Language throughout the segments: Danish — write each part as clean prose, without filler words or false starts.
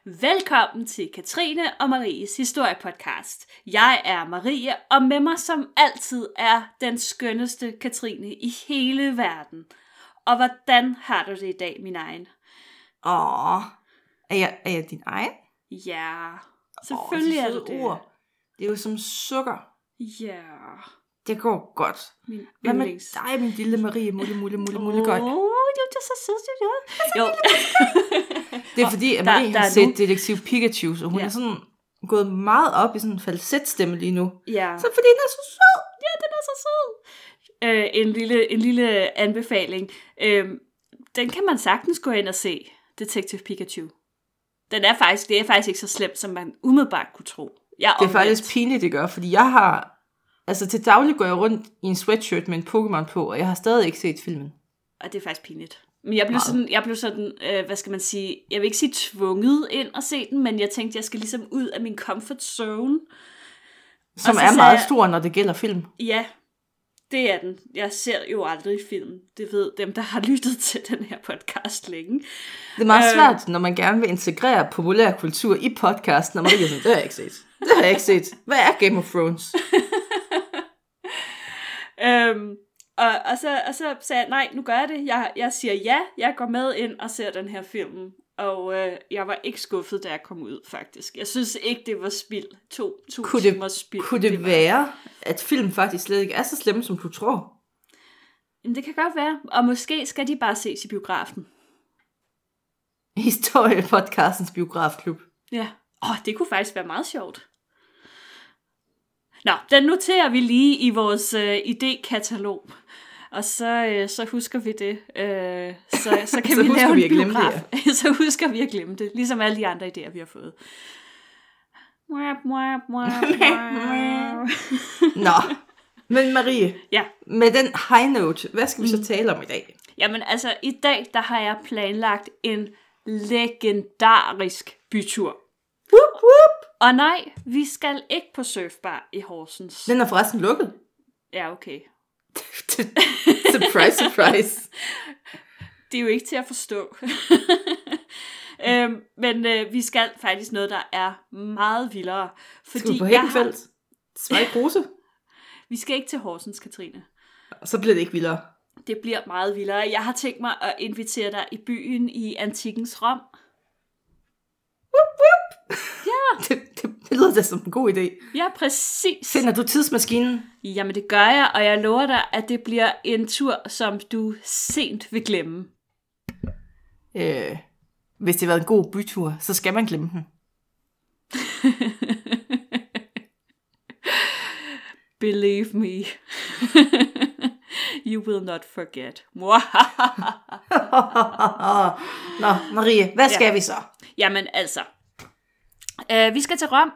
Velkommen til Katrine og Maries historiepodcast. Jeg er Marie, og med mig som altid er den skønneste Katrine i hele verden. Og hvordan har du det i dag, min egen? Er jeg din egen? Ja, selvfølgelig er du det. Ord. Det er jo som sukker. Ja. Det går godt. Min Hvad med yndlings. dig, min lille Marie? Mulle godt. Det er så sødt, jo. Det er fordi, at Marie har set Detektiv Pikachu, så hun er sådan gået meget op i sådan en falsetstemme lige nu. Ja. Så fordi den er så sød. Ja, den er så sød. En lille anbefaling. Den kan man sagtens gå ind og se, Detektiv Pikachu. Det er faktisk ikke så slemt, som man umiddelbart kunne tro. Det er faktisk pinligt, det gør, fordi jeg har... Altså til daglig går jeg rundt i en sweatshirt med en Pokémon på, og jeg har stadig ikke set filmen. Og det er faktisk pinligt. Men jeg blev sådan, hvad skal man sige, jeg vil ikke sige tvunget ind og se den, men jeg tænkte, jeg skal ligesom ud af min comfort zone. Som er meget stor, når det gælder film. Ja, det er den. Jeg ser jo aldrig film. Det ved dem, der har lyttet til den her podcast længe. Det er meget svært, når man gerne vil integrere populær kultur i podcasten, når man ikke er sådan, det har jeg ikke set. Hvad er Game of Thrones? Og så sagde jeg, nej, nu gør jeg det. Jeg siger ja, jeg går med ind og ser den her film. Og jeg var ikke skuffet, da jeg kom ud, faktisk. Jeg synes ikke, det var spild. To timer spild. Kunne det være, at film faktisk slet ikke er så slemme, som du tror? Jamen, det kan godt være. Og måske skal de bare ses i biografen. Historiepodcastens biografklub. Ja. Det kunne faktisk være meget sjovt. Nå, den noterer vi lige i vores idékatalog. Og så husker vi det. Så kan vi lave en biograf. Så husker vi at glemme det. Ligesom alle de andre idéer, vi har fået. Nå, men Marie, ja. Med den high note, hvad skal vi så tale om i dag? Jamen altså, i dag der har jeg planlagt en legendarisk bytur. Whoop, whoop. Og nej, vi skal ikke på surfbar i Horsens. Den er forresten lukket. Ja, okay. Surprise. Det er jo ikke til at forstå. Men vi skal faktisk noget, der er meget vildere. Fordi skal vi på Hækkenfeldt? Svejgrose? Vi skal ikke til Horsens, Katrine. Og så bliver det ikke vildere. Det bliver meget vildere. Jeg har tænkt mig at invitere dig i byen i antikkens Rom. Whoop, whoop. Ja. Det lyder da som en god idé. Ja, præcis. Finder du tidsmaskinen? Jamen det gør jeg, og jeg lover dig, at det bliver en tur, som du sent vil glemme. Hvis det har været en god bytur, så skal man glemme den. Believe me. You will not forget. Nå, Marie, hvad skal vi så? Jamen altså, vi skal til Rom.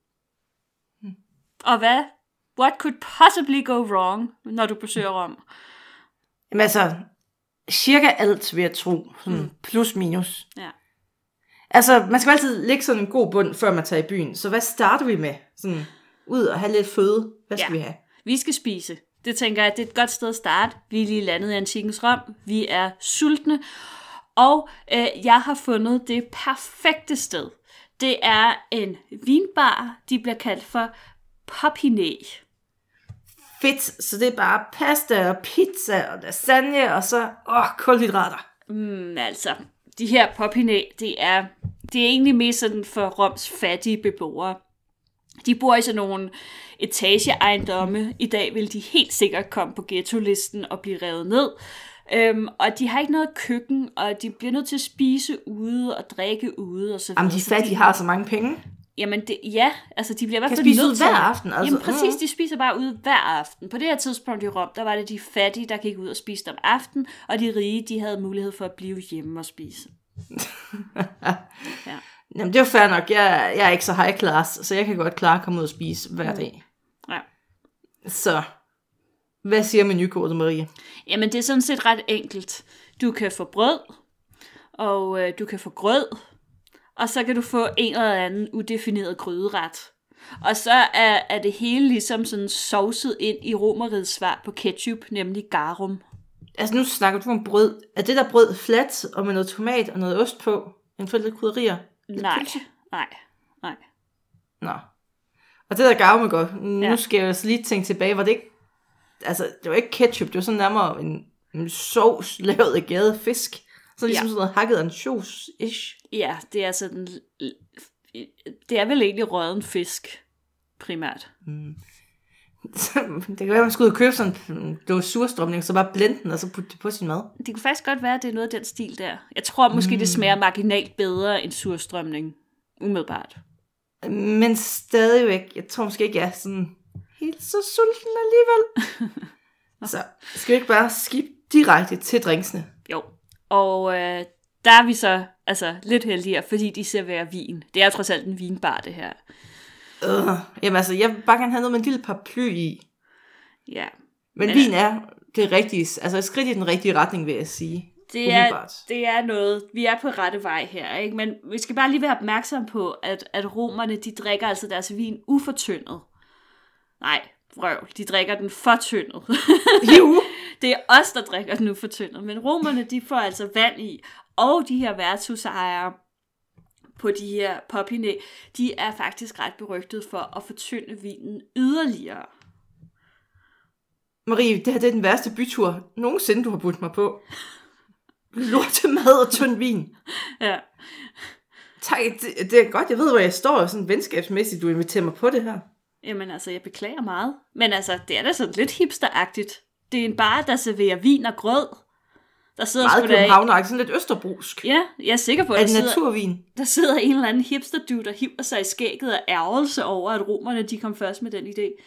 Og hvad? What could possibly go wrong, når du besøger Rom? Jamen altså, cirka alt vil jeg tro. Plus minus. Ja. Altså, man skal altid lægge sådan en god bund, før man tager i byen. Så hvad starter vi med? Sådan, ud og have lidt føde. Hvad skal vi have? Vi skal spise. Det tænker jeg, det er et godt sted at starte. Vi er lige landet i antikkens Rom. Vi er sultne. Og jeg har fundet det perfekte sted. Det er en vinbar. De bliver kaldt for Popinay. Fedt. Så det er bare pasta og pizza og lasagne og så kulhydrater. Altså, de her Popinay, det er egentlig mest sådan for Roms fattige beboere. De bor i sådan nogle etageejendomme. I dag vil de helt sikkert komme på ghetto-listen og blive revet ned. Og de har ikke noget køkken, og de bliver nødt til at spise ude og drikke ude og så videre. Jamen, de fattige har så mange penge. Jamen, de bliver i hvert fald spise ud hver aften. Altså. Jamen, præcis, de spiser bare ude hver aften. På det her tidspunkt i Rom, der var det de fattige, der gik ud og spiste om aftenen, og de rige, de havde mulighed for at blive hjemme og spise. Ja. Jamen, det er jo fair nok. Jeg er ikke så high class, så jeg kan godt klare at komme ud og spise hver dag. Ja. Så, hvad siger menukortet, Marie? Jamen, det er sådan set ret enkelt. Du kan få brød, og du kan få grød, og så kan du få en eller anden udefineret gryderet. Og så er det hele ligesom sådan sovset ind i Romerrigets svar på ketchup, nemlig garum. Altså nu snakker du om brød. Er det der brød flat og med noget tomat og noget ost på? En for lidt krydderier? Nej. Nå. Og det der gavme godt, nu skal jeg også lige tænke tilbage, var det ikke, altså det var ikke ketchup, det var sådan nærmere en sovs lavet af gæret fisk. Så ligesom sådan noget hakket ansjos-ish. Ja, det er sådan, det er vel egentlig rødden fisk, primært. Det kan være, man skulle ud og købe sådan en dåse surstrømning, så bare blende den, og så putte det på sin mad. Det kunne faktisk godt være, at det er noget af den stil der. Jeg tror måske, det smager marginalt bedre end surstrømning, umiddelbart. Men stadigvæk, jeg tror måske ikke, jeg er sådan helt så sulten alligevel. Så skal vi ikke bare skifte direkte til drinksene? Jo, og der er vi så altså lidt heldigere, fordi de serverer vin. Det er jo trods alt en vinbar, det her. Jamen altså, jeg vil bare gerne have noget med en lille paraply i. Ja. Men vin er det rigtige, altså et skridt i den rigtige retning, vil jeg sige. Det er noget, vi er på rette vej her, ikke? Men vi skal bare lige være opmærksom på, at romerne, de drikker altså deres vin ufortyndet. Nej, vrøvl, de drikker den fortyndet. Jo. Det er os, der drikker den ufortyndet, men romerne, de får altså vand i, og de her værtshusejere på de her popinæ, de er faktisk ret berygtet for at fortynde vinen yderligere. Marie, det her det er den værste bytur nogensinde, du har budt mig på. Lorte mad og tynd vin. Ja. Tak, det er godt, jeg ved, hvor jeg står sådan venskabsmæssigt, du inviterer mig på det her. Jamen altså, jeg beklager meget. Men altså, det er da sådan lidt hipsteragtigt. Det er en bar, der serverer vin og grød. Der sidder meget københavneragtigt, sådan lidt østerbrusk. Ja, jeg er sikker på, at der sidder en eller anden hipster-dude, der hiver sig i skægget af ærgelse over, at romerne de kom først med den idé.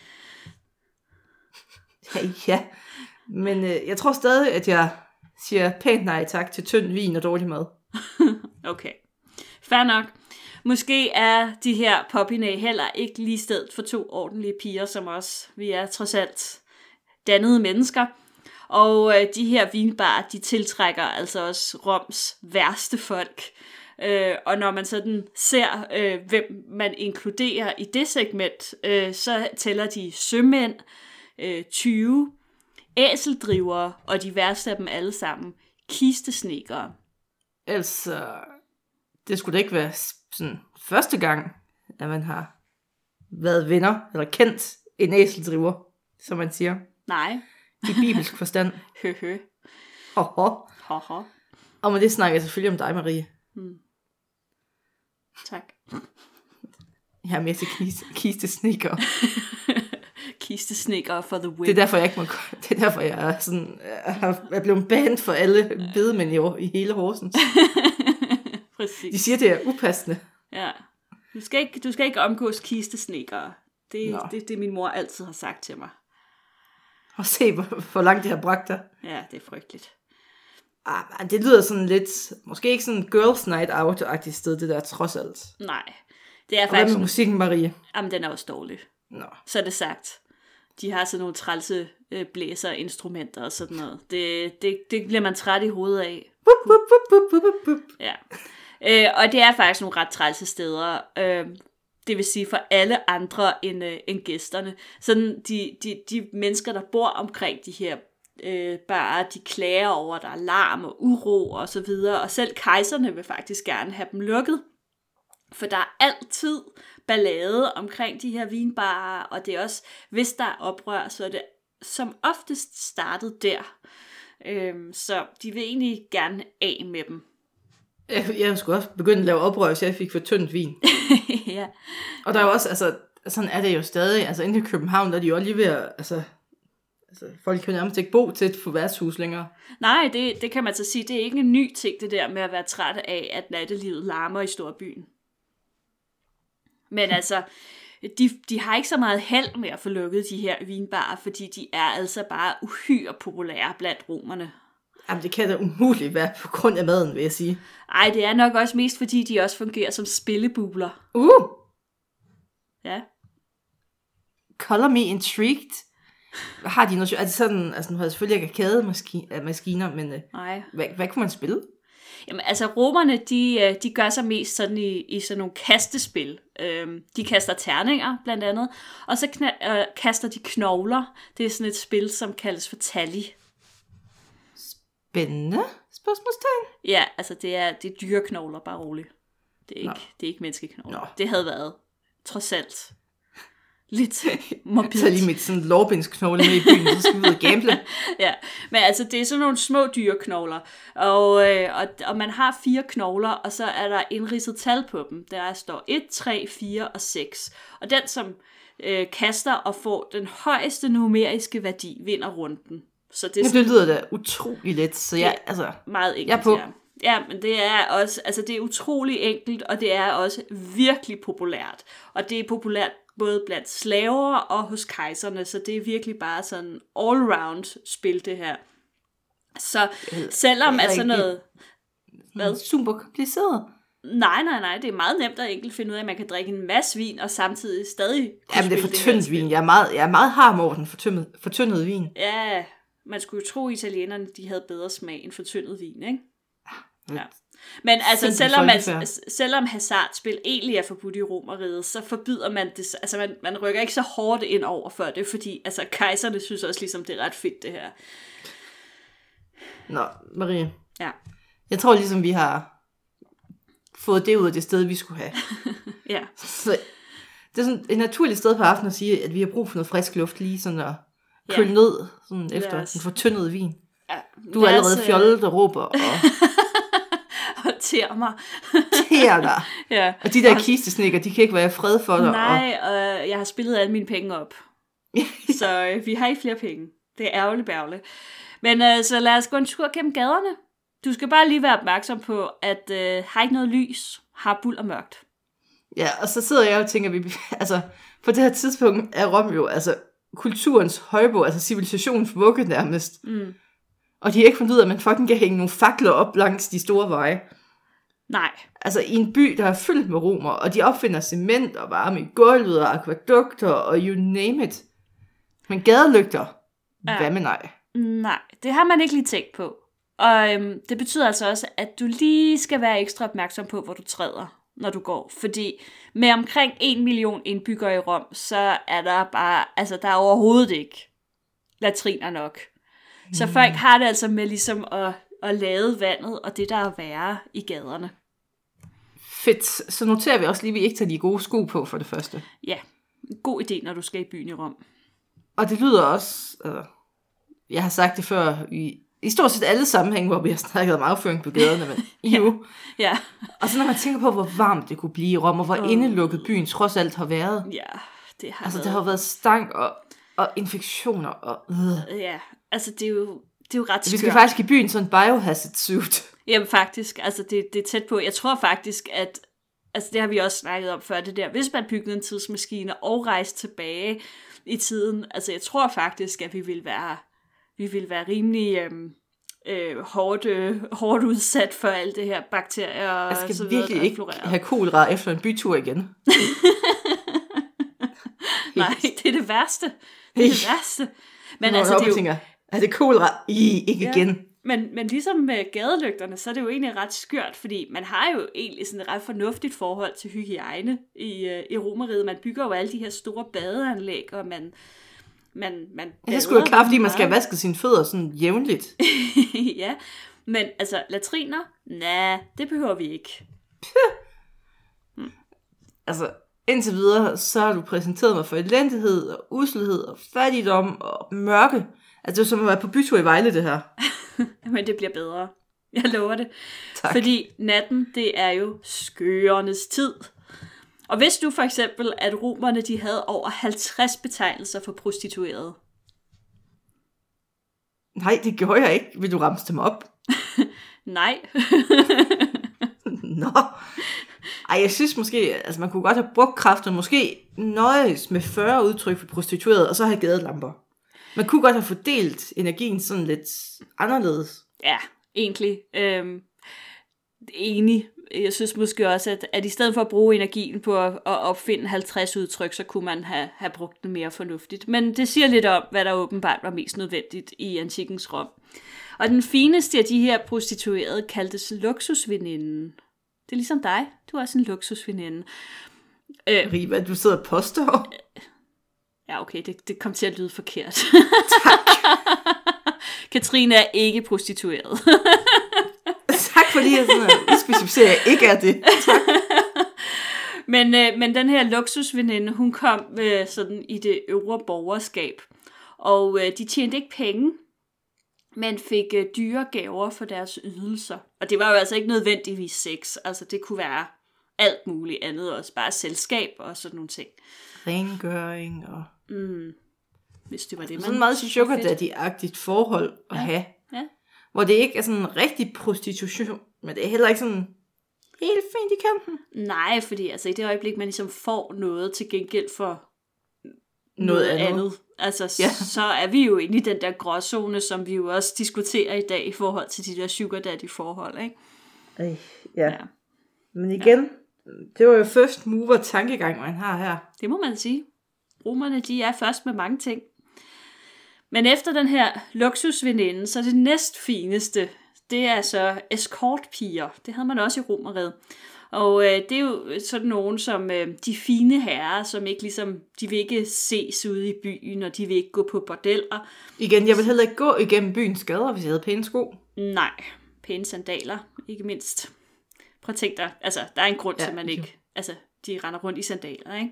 Ja. Men jeg tror stadig, at jeg siger pænt nej tak til tynd vin og dårlig mad. Okay, fair nok. Måske er de her popinæ heller ikke lige stedet for 2 ordentlige piger som os. Vi er trods alt dannede mennesker. Og de her vinbarer, de tiltrækker altså også Roms værste folk. Og når man sådan ser, hvem man inkluderer i det segment, så tæller de sømænd, 20, æseldrivere, og de værste af dem alle sammen, kistesnedkere. Altså, det skulle da ikke være sådan første gang, at man har været venner, eller kendt en æseldriver, som man siger. Nej. I bibelsk forstand. Høhø. Hoho. Og med det snakker jeg selvfølgelig om dig, Marie. Tak. Jeg er mere til kistesnedkere. Kistesnedkere for the win. Det er derfor, jeg ikke må. Det er derfor, jeg er sådan, er blevet banned for alle bedemænd i hele Horsens. Præcis. De siger, det er upassende. Ja. Du skal ikke omgås kistesnedkere. Det er min mor altid har sagt til mig. Og se, hvor langt det har bragt dig. Ja, det er frygteligt. Det lyder sådan lidt, måske ikke sådan girls night out-agtigt sted, det der trods alt. Nej, det er og faktisk... hvad med musikken, Marie? Jamen, den er også dårlig. Nå. Så er det sagt. De har sådan nogle trælse blæserinstrumenter og sådan noget. Det bliver man træt i hovedet af. Ja. Og det er faktisk nogle ret trælse steder. Det vil sige for alle andre end gæsterne. Sådan de mennesker, der bor omkring de her barer, de klager over, at der er larm og uro og så videre. Og selv kejserne vil faktisk gerne have dem lukket. For der er altid ballade omkring de her vinbarer, og det er også, hvis der er oprør, så er det som oftest startet der. Så de vil egentlig gerne af med dem. Jeg skulle også begynde at lave oprør, hvis jeg fik for tyndt vin. Ja. Og der er jo også, altså, sådan er det jo stadig, altså inde i København, der er de jo lige ved at, altså folk kan jo nærmest ikke bo tæt på værtshus længere. Nej, det kan man så sige, det er ikke en ny ting, det der med at være træt af, at nattelivet larmer i storbyen. Men altså, de har ikke så meget held med at få lukket de her vinbarer, fordi de er altså bare uhyre populære blandt romerne. Jamen, det kan da umuligt være på grund af maden, vil jeg sige. Ej, det er nok også mest, fordi de også fungerer som spillebuler. Ja. Color me intrigued. Har de noget? Er det sådan, altså nu har jeg selvfølgelig ikke arkademaskiner, men hvad kunne man spille? Jamen, altså romerne, de gør sig mest sådan i sådan nogle kastespil. De kaster terninger, blandt andet, og så kaster de knogler. Det er sådan et spil, som kaldes for tally. Spændende spørgsmålstegn. Ja, altså det er dyreknogler, bare roligt. Det er ikke menneskeknogler. Nå. Det havde været, trods alt, lidt morbidt. Så lige mit sådan lårbensknogle med i byen, så skal vi ud og gamble. Ja, men altså det er sådan nogle små dyreknogler, og man har 4 knogler, og så er der indridset tal på dem. Der står 1, 3, 4 og 6. Og den, som kaster og får den højeste numeriske værdi, vinder runden. Så det lyder da utrolig let, så meget enkelt, jeg er på. Ja, men det er også, altså det er utrolig enkelt, og det er også virkelig populært. Og det er populært både blandt slaver og hos kejserne, så det er virkelig bare sådan all-round spil, det her. Så selvom altså noget... Hvad? Super kompliceret. Nej, det er meget nemt at enkelt finde ud af, at man kan drikke en masse vin, og samtidig stadig Jamen det er fortyndet vin. Jeg er meget harm over den fortyndet vin. Ja, man skulle jo tro, at italienerne de havde bedre smag end fortyndet vin, ikke? Ja. Men altså, selvom hasardspil egentlig er forbudt i Romerriget, så forbyder man det, altså man rykker ikke så hårdt ind over for det, fordi altså kejserne synes også ligesom, det er ret fedt det her. Nå, Marie. Ja. Jeg tror ligesom, vi har fået det ud af det sted, vi skulle have. Ja. Så det er sådan et naturligt sted på aftenen at sige, at vi har brug for noget frisk luft, lige sådan at køle ned sådan efter en fortyndet vin. Ja. Du er allerede fjollet og råber og tærer mig. Tærer dig. Ja. Og de der kistesnikker, de kan ikke være fred for dig. Nej, og jeg har spillet alle mine penge op. Så vi har ikke flere penge. Det er ærgerligt. Men så lad os gå en tur gennem gaderne. Du skal bare lige være opmærksom på, at har ikke noget lys, har buld og mørkt. Ja, og så sidder jeg og tænker, altså på det her tidspunkt er Rom jo altså kulturens højborg, altså civilisationens vugge nærmest. Mm. Og de har ikke fundet ud af, at man fucking kan hænge nogle fakler op langs de store veje. Nej. Altså i en by, der er fyldt med romer, og de opfinder cement og varme i gulvet og akvadukter og you name it. Men gadelygter, hvad med nej? Nej, det har man ikke lige tænkt på. Og det betyder altså også, at du lige skal være ekstra opmærksom på, hvor du træder, når du går. Fordi med omkring 1 million indbyggere i Rom, så er der bare, altså der er overhovedet ikke latriner nok. Så folk har det altså med ligesom at lade vandet og det, der er værre i gaderne. Fedt. Så noterer vi også lige, at vi ikke tager de gode sko på for det første. Ja, god idé, når du skal i byen i Rom. Og det lyder også, jeg har sagt det før, i stort set alle sammenhænge, hvor vi har snakket om afføring på gaderne, men ja. Og så når man tænker på, hvor varmt det kunne blive i Rom, og hvor indelukket byen trods alt har været. Ja, det har altså, det har været stank og infektioner og Ja, altså det er jo ret skørt. Vi skal faktisk i byen sådan en biohazard suit. Jamen faktisk, altså det er tæt på. Jeg tror faktisk, at altså det har vi også snakket om før, det der. Hvis man byggede en tidsmaskine og rejste tilbage i tiden, altså jeg tror faktisk, at vi vil være rimelig hårdt udsat for alt det her bakterier og så videre. Jeg skal virkelig ikke have kolera efter en bytur igen. Nej, det er det værste. Det er det værste. Men altså, det er det kolera? Ikke igen. Men ligesom med gadelygterne, så er det jo egentlig ret skørt, fordi man har jo egentlig sådan et ret fornuftigt forhold til hygiejne i Romerriget. Man bygger jo alle de her store badeanlæg, og man det skulle jo klart, fordi man skal have vasket sine fødder sådan jævnligt. Ja, men altså latriner, det behøver vi ikke. Altså, indtil videre, så har du præsenteret mig for elendighed og uselhed og fattigdom og mørke. Altså, det er som at være på bytur i Vejle, det her. Men det bliver bedre. Jeg lover det. Tak. Fordi natten, det er jo skørernes tid. Og hvis du for eksempel, at romerne de havde over 50 betegnelser for prostituerede? Nej, det gjorde jeg ikke. Vil du ramse dem op? Nej. Nå. Ej, jeg synes måske, altså man kunne godt have brugt kræfter, måske nøjes med 40 udtryk for prostituerede, og så have gadelamper. Man kunne godt have fordelt energien sådan lidt anderledes. Ja, egentlig. Enig. Jeg synes måske også, at i stedet for at bruge energien på at opfinde 50 udtryk, så kunne man have brugt det mere fornuftigt. Men det siger lidt om, hvad der åbenbart var mest nødvendigt i antikkens Rom. Og den fineste af de her prostituerede kaldtes luksusveninden. Det er ligesom dig. Du er også en luksusveninde. Riva, du sidder og påstår. Ja, okay, det kom til at lyde forkert. Tak. Katrine er ikke prostitueret. Tak fordi jeg sådan udspecificerer, at jeg ikke er det. Tak. Men den her luksusveninde, hun kom sådan i det øvre borgerskab, og de tjente ikke penge, men fik dyre gaver for deres ydelser. Og det var jo altså ikke nødvendigvis sex, altså det kunne være alt muligt andet også, bare selskab og sådan nogle ting. Rengøring og... Hvis det var det, man... Sådan meget sugar daddy-agtigt forhold at have. Ja. Hvor det ikke er sådan en rigtig prostitution, men det er heller ikke sådan helt fint i kanten. Nej, fordi altså i det øjeblik, man ligesom får noget til gengæld for noget andet. Altså, så er vi jo inde i den der gråzone, som vi jo også diskuterer i dag i forhold til de der sugar daddy forhold, ikke? Ja. Men igen, det var jo first mover tankegang, man har her. Det må man sige. Romerne, de er først med mange ting. Men efter den her luksusveninde, så det næstfineste, det er så escortpiger. Det havde man også i Romerriget. Og det er jo sådan nogen som de fine herrer, som ikke ligesom, de vil ikke ses ude i byen, og de vil ikke gå på bordeller. Igen, jeg vil heller ikke gå igennem byens gader, hvis jeg havde pæne sko. Nej, pæne sandaler, ikke mindst. Prøv at tænke dig, altså der er en grund til, at man ikke, altså de render rundt i sandaler, ikke?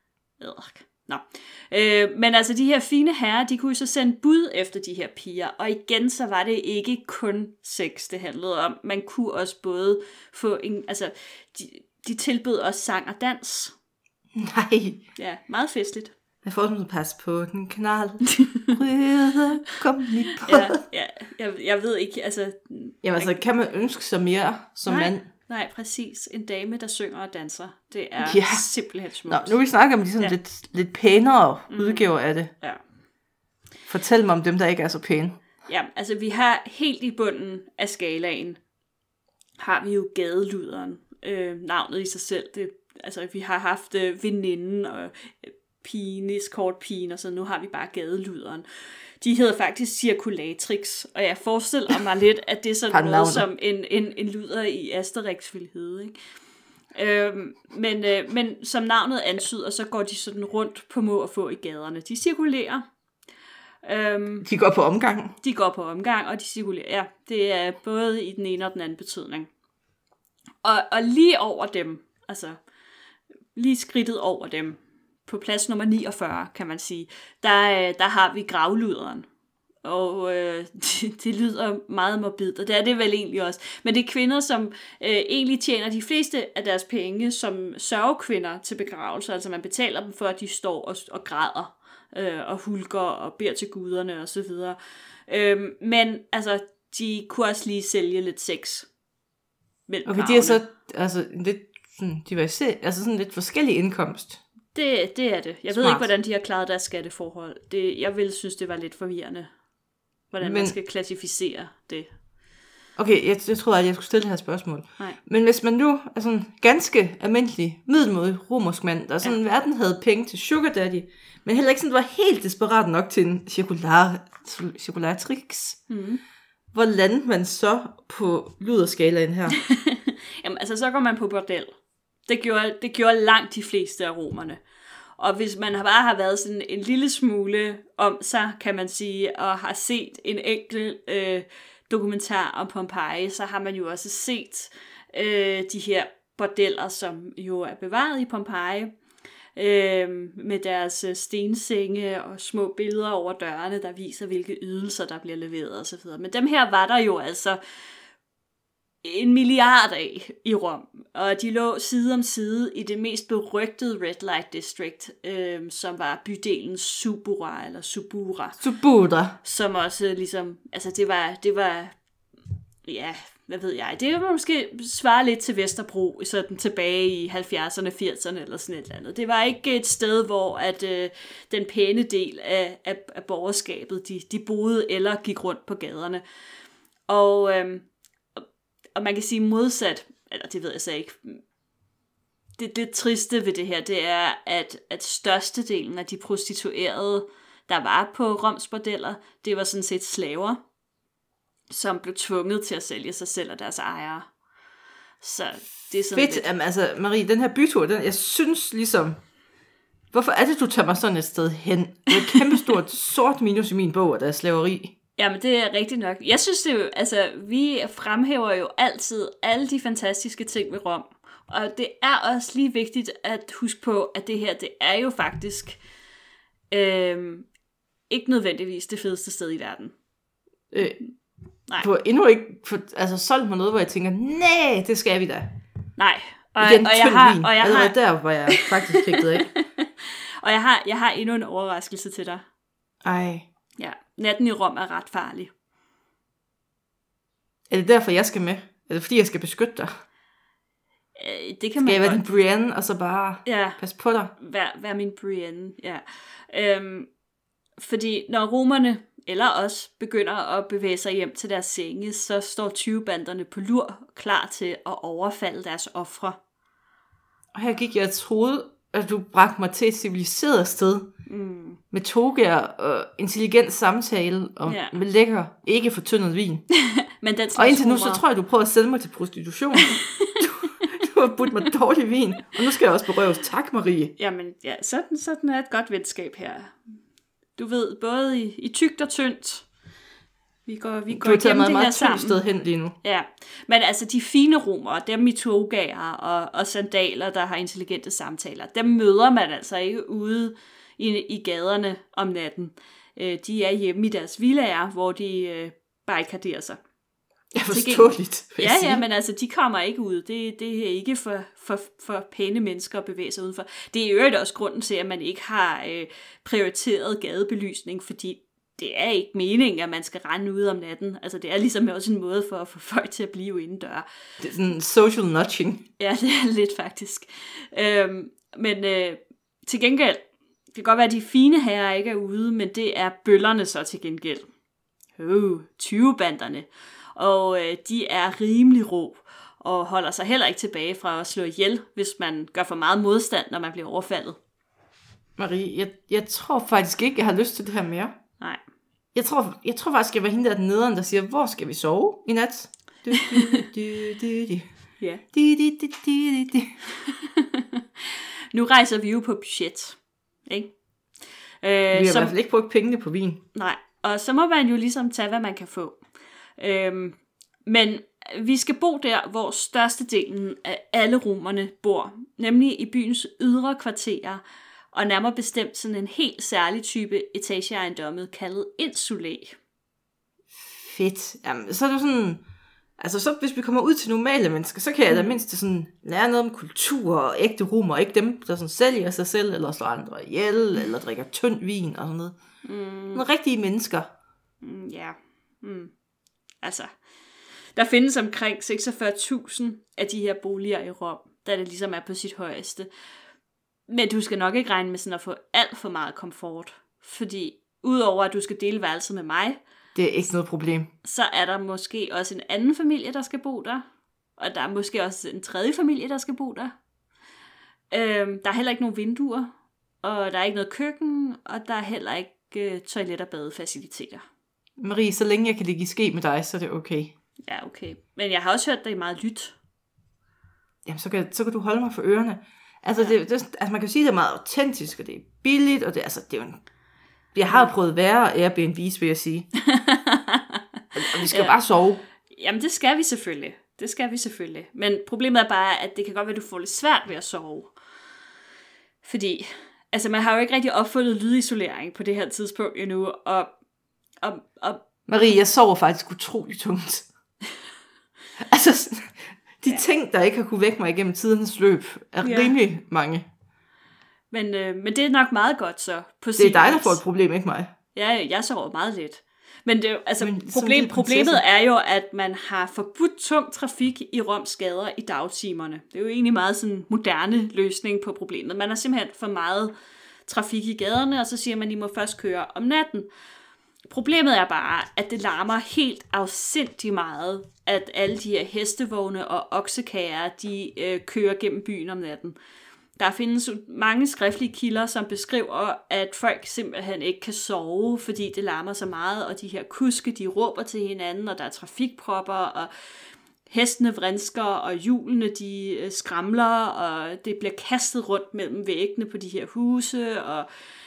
Nå. Men altså de her fine herrer, de kunne jo så sende bud efter de her piger, og igen så var det ikke kun sex, det handlede om. Man kunne også både få en, altså de tilbød også sang og dans. Nej. Ja, meget festligt. Jeg får sådan pas på den knald. Røde, kom lige på. Jeg ved ikke, altså... Jamen altså, kan man ønske sig mere som mand? Nej, præcis. En dame, der synger og danser. Det er simpelthen smukt. Nå, nu vi snakker om de sådan lidt pænere udgaver af det. Ja. Fortæl mig om dem, der ikke er så pæne. Ja, altså vi har helt i bunden af skalaen, har vi jo gadeluderen. Navnet i sig selv. Altså vi har haft veninden og pigen, escortpigen og sådan. Nu har vi bare gadeluderen. De hedder faktisk circulatrix, og jeg forestiller mig lidt, at det er sådan noget, som en luder i Asterix ville hedde, ikke? Men som navnet antyder, så går de sådan rundt på må og få i gaderne. De cirkulerer. De går på omgang. De går på omgang, og de cirkulerer. Ja, det er både i den ene og den anden betydning. Og lige over dem, altså lige skridtet over dem, på plads nummer 49, kan man sige, der har vi gravluderen. Og det lyder meget morbidt, og det er det vel egentlig også. Men det er kvinder, som egentlig tjener de fleste af deres penge som sørgekvinder til begravelser. Altså man betaler dem for, at de står og græder og hulker og beder til guderne og så videre. Men altså, de kunne også lige sælge lidt sex. Okay, det er så altså lidt sådan altså sådan lidt forskellig indkomst. Det er det. Jeg ved ikke, hvordan de har klaret deres skatteforhold. Jeg ville synes, det var lidt forvirrende, hvordan man skal klassificere det. Okay, jeg troede, at jeg skulle stille det her spørgsmål. Nej. Men hvis man nu er sådan en ganske almindelig, middelmådig romersk mand, der sådan verden havde penge til sugar daddy, men heller ikke sådan var helt desperat nok til en circulatrix. Hvor landede man så på luderskalaen her? Jamen, altså, så går man på bordel. Det gjorde langt de fleste af romerne. Og hvis man bare har været sådan en lille smule om sig, kan man sige, og har set en enkelt dokumentar om Pompeji, så har man jo også set de her bordeller, som jo er bevaret i Pompeji, med deres stensenge og små billeder over dørene, der viser, hvilke ydelser, der bliver leveret osv. Men dem her var der jo altså 1 milliard af i Rom, og de lå side om side i det mest berygtede Red Light District, som var bydelen Subura, eller Subura. Som også ligesom, altså det var, ja, hvad ved jeg, det var måske svare lidt til Vesterbro, sådan tilbage i 70'erne, 80'erne eller sådan et eller andet. Det var ikke et sted, hvor at den pæne del af borgerskabet, de boede eller gik rundt på gaderne. Og man kan sige modsat, eller det ved jeg så ikke, det lidt triste ved det her, det er, at størstedelen af de prostituerede, der var på Roms bordeller, det var sådan set slaver, som blev tvunget til at sælge sig selv og deres ejere. Så det er sådan fedt. Jamen, altså, Marie, den her bytur, jeg synes ligesom, hvorfor er det, du tager mig sådan et sted hen? Det er et kæmpestort sort minus i min bog, at der er slaveri. Jamen, det er rigtigt nok. Jeg synes det jo, altså, vi fremhæver jo altid alle de fantastiske ting ved Rom. Og det er også lige vigtigt at huske på, at det her, det er jo faktisk ikke nødvendigvis det fedeste sted i verden. Nej. Du har endnu ikke solgt mig noget, hvor jeg tænker, nej, det skal vi da. Nej. Og jeg har der, hvor jeg faktisk fik det ikke. Og jeg har endnu en overraskelse til dig. Ej. Ja, natten i Rom er ret farlig. Er det derfor, jeg skal med? Er det fordi, jeg skal beskytte dig? Det kan man skal jeg være din Brienne, og så bare passe på dig? Vær min Brienne, ja. Fordi når romerne, eller os, begynder at bevæge sig hjem til deres senge, så står tyvebanderne på lur, klar til at overfalde deres ofre. Og her gik jeg og troede, at du bragte mig til et civiliseret sted, med togaer og intelligent samtale, og med lækker, ikke fortyndet vin. Men den og indtil nu, så tror jeg, du prøver at sælge mig til prostitution. Du har budt mig dårlig vin, og nu skal jeg også berøves. Tak, Marie. Jamen, ja, sådan er et godt venskab her. Du ved, både i tykt og tyndt. Vi går igennem det her sammen. Sted hen lige nu. Ja, men altså de fine romere, dem i togaer og sandaler, der har intelligente samtaler, dem møder man altså ikke ude i gaderne om natten. De er hjemme i deres villaer, hvor de barrikaderer sig. Ja, forståeligt. Ja, men altså, de kommer ikke ud. Det er ikke for pæne mennesker at bevæge sig udenfor. Det er i øvrigt også grunden til, at man ikke har prioriteret gadebelysning, fordi det er ikke meningen, at man skal rende ud om natten. Altså, det er ligesom også en måde for at få folk til at blive indendør. Det er sådan social nudging. Ja, det er lidt faktisk. Men til gengæld, det kan godt være, at de fine herrer ikke er ude, men det er bøllerne så til gengæld. 20-banderne. Og de er rimelig rå, og holder sig heller ikke tilbage fra at slå ihjel, hvis man gør for meget modstand, når man bliver overfaldet. Marie, jeg tror faktisk ikke, jeg har lyst til det her mere. Nej. Jeg tror faktisk, jeg var hende der nederen, der siger, hvor skal vi sove i nat? Ja. Nu rejser vi jo på budget, ikke? Vi har i hvert fald ikke brugt pengene på vin. Nej, og så må man jo ligesom tage, hvad man kan få. Men vi skal bo der, hvor størstedelen af alle romerne bor, nemlig i byens ydre kvarterer, og nærmere bestemt sådan en helt særlig type etageejendomme, kaldet insulæ. Fedt. Jamen, så er det sådan, altså så hvis vi kommer ud til normale mennesker, så kan jeg da mindst sådan lære noget om kultur og ægte romer, ikke dem, der sådan sælger sig selv, eller slår andre ihjel, eller drikker tynd vin og sådan noget. Nogle rigtige mennesker. Ja. Altså, der findes omkring 46.000 af de her boliger i Rom, der det ligesom er på sit højeste. Men du skal nok ikke regne med sådan at få alt for meget komfort. Fordi udover at du skal dele værelset med mig, det er ikke noget problem. Så er der måske også en anden familie, der skal bo der. Og der er måske også en tredje familie, der skal bo der. Der er heller ikke nogen vinduer. Og der er ikke noget køkken. Og der er heller ikke toilet- og badefaciliteter. Marie, så længe jeg kan ligge i ske med dig, så er det okay. Ja, okay. Men jeg har også hørt, at det er meget lyt. Jamen, så kan du holde mig for ørerne. Altså, altså man kan jo sige, at det er meget autentisk, og det er billigt, og det er jo en... Jeg har prøvet værre Airbnb's, vil jeg sige. Og vi skal bare sove. Jamen, det skal vi selvfølgelig. Men problemet er bare, at det kan godt være, at du får lidt svært ved at sove. Fordi, altså man har jo ikke rigtig opfundet lydisolering på det her tidspunkt endnu, og Marie, jeg sover faktisk utroligt tungt. Altså, de ting, der ikke har kunne vække mig igennem tidens løb, er rimelig mange. Men det er nok meget godt så. Det er dig, der får et problem, ikke mig. Ja, jeg sover meget lidt. Men det, altså, problemet er jo, at man har forbudt tung trafik i Roms gader i dagtimerne. Det er jo egentlig meget sådan en moderne løsning på problemet. Man har simpelthen for meget trafik i gaderne, og så siger man, at I må først køre om natten. Problemet er bare, at det larmer helt afsindigt meget, at alle de her hestevogne og oksekager, de kører gennem byen om natten. Der findes mange skriftlige kilder, som beskriver, at folk simpelthen ikke kan sove, fordi det larmer så meget, og de her kuske, de råber til hinanden, og der er trafikpropper, og hestene vrinsker, og hjulene, de skramler, og det bliver kastet rundt mellem væggene på de her huse, og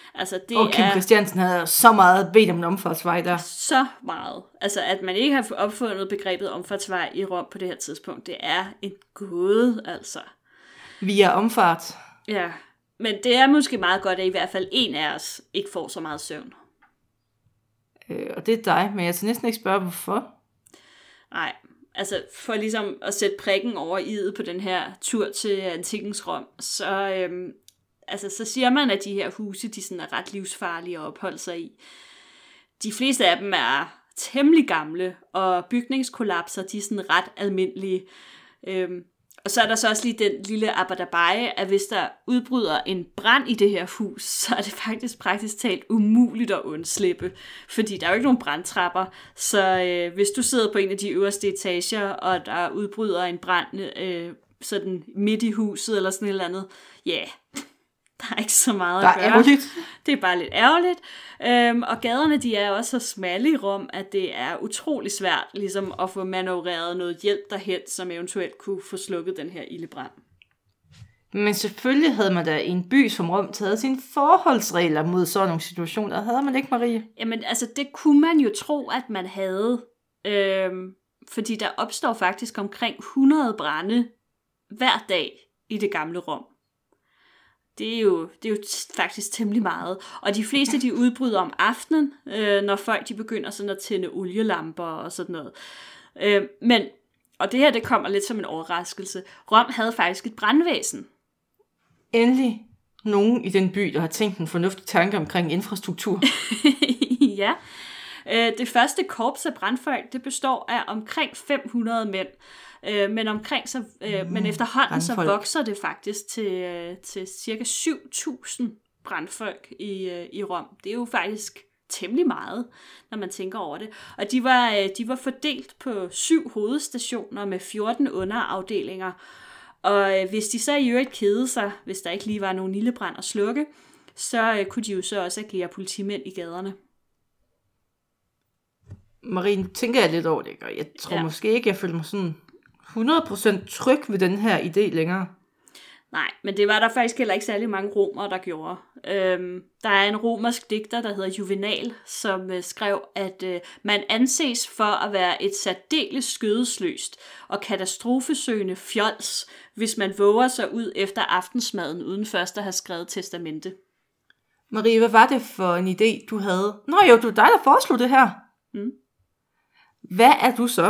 Altså, det og Kim Christiansen havde så meget bedt om en omfartsvej der. Så meget. Altså, at man ikke har opfundet begrebet omfartsvej i Rom på det her tidspunkt, det er en gåde, altså. Via omfart. Ja, men det er måske meget godt, at i hvert fald en af os ikke får så meget søvn. Og det er dig, men jeg skal næsten ikke spørge, hvorfor. Nej, altså for ligesom at sætte prikken over i'et på den her tur til antikkens Rom, så siger man, at de her huse, de sådan er ret livsfarlige at opholde sig i. De fleste af dem er temmelig gamle, og bygningskollapser, de er sådan ret almindelige. Og så er der så også lige den lille abadabaye, at hvis der udbryder en brand i det her hus, så er det faktisk praktisk talt umuligt at undslippe. Fordi der er jo ikke nogen brandtrapper, så hvis du sidder på en af de øverste etager, og der udbryder en brand sådan midt i huset eller sådan et eller andet, der er ikke så meget at gøre. Der er ærgerligt. Det er bare lidt ærgerligt. Og gaderne, de er også så smalle i Rom, at det er utrolig svært ligesom at få manøvreret noget hjælp derhen, som eventuelt kunne få slukket den her ildebrand. Men selvfølgelig havde man da i en by som Rom taget sine forholdsregler mod sådan nogle situationer. Havde man ikke, Marie? Jamen, altså, det kunne man jo tro, at man havde. Fordi der opstår faktisk omkring 100 brande hver dag i det gamle Rom. Det er jo faktisk temmelig meget. Og de fleste, de udbryder om aftenen, når folk de begynder sådan at tænde olielamper og sådan noget. Og det her, det kommer lidt som en overraskelse. Rom havde faktisk et brandvæsen. Endelig nogen i den by, der har tænkt en fornuftig tanke omkring infrastruktur. Ja. Det første korps af brandfolk, det består af omkring 500 mænd. Men efterhånden så vokser det faktisk til cirka 7.000 brandfolk i Rom. Det er jo faktisk temmelig meget, når man tænker over det. Og de var fordelt på 7 hovedstationer med 14 underafdelinger. Og hvis de så i øvrigt kedede sig, hvis der ikke lige var nogen ildebrand at slukke, så kunne de jo så også agere politimænd i gaderne. Marie, nu tænker jeg lidt over det, og jeg tror måske ikke, jeg føler mig sådan 100% tryg ved den her idé længere. Nej, men det var der faktisk heller ikke særlig mange romere, der gjorde. Der er en romersk digter, der hedder Juvenal, som skrev, at man anses for at være et særdeles skødesløst og katastrofesøgende fjols, hvis man våger sig ud efter aftensmaden, uden først at have skrevet testamente. Marie, hvad var det for en idé, du havde? Nå jo, du er dig, der foreslog det her. Mm. Hvad er du så?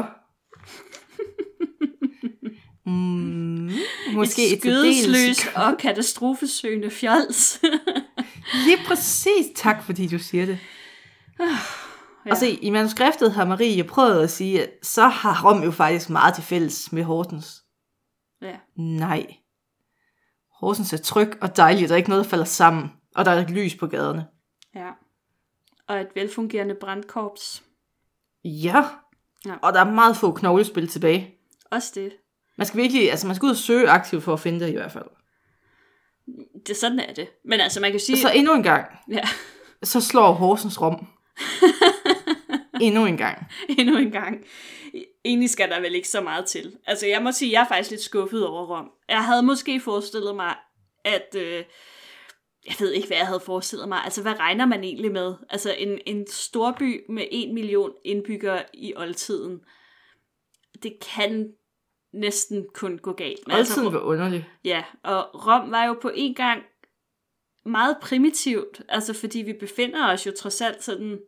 Måske et skødesløst og katastrofesøgende fjols. Lige præcis. Tak, fordi du siger det. Ja. Og se, i manuskriptet har Marie prøvet at sige, at så har Rom jo faktisk meget til fælles med Horsens. Ja. Nej. Horsens er tryg og dejligt, og ikke noget falder sammen. Og der er et lys på gaderne. Ja. Og et velfungerende brandkorps. Ja. Og der er meget få knoglespil tilbage. Også det. Man skal virkelig, man skal ud og søge aktivt for at finde det i hvert fald. Sådan er det. Men altså, man kan sige... Så endnu en gang, så slår Horsens Rom. Endnu en gang. Endnu en gang. Egentlig skal der vel ikke så meget til. Altså, jeg må sige, jeg er faktisk lidt skuffet over Rom. Jeg havde måske forestillet mig, at... jeg ved ikke, hvad jeg havde forestillet mig. Altså, hvad regner man egentlig med? Altså, en storby med 1 million indbyggere i oldtiden. Det kan næsten kun gå galt. Oldtiden var underlig. Ja, og Rom var jo på en gang meget primitivt. Altså, fordi vi befinder os jo trods alt sådan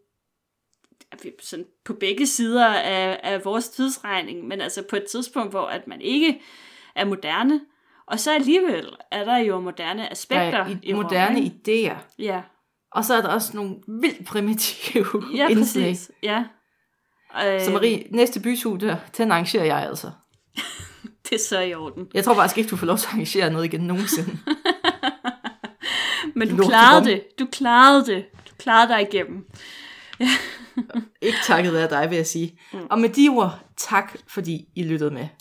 på begge sider af vores tidsregning. Men altså på et tidspunkt, hvor at man ikke er moderne. Og så alligevel er der jo moderne aspekter i Rom. Moderne idéer. Ja. Og så er der også nogle vildt primitive indslag. Præcis. Ja. Så Marie, næste bytur, den arrangerer jeg altså. Det er så i orden. Jeg tror faktisk ikke, du får lov til at arrangere noget igen nogensinde. Men du klarede det. Du klarede dig igennem. Ikke takket være dig, vil jeg sige. Og med de ord, tak fordi I lyttede med.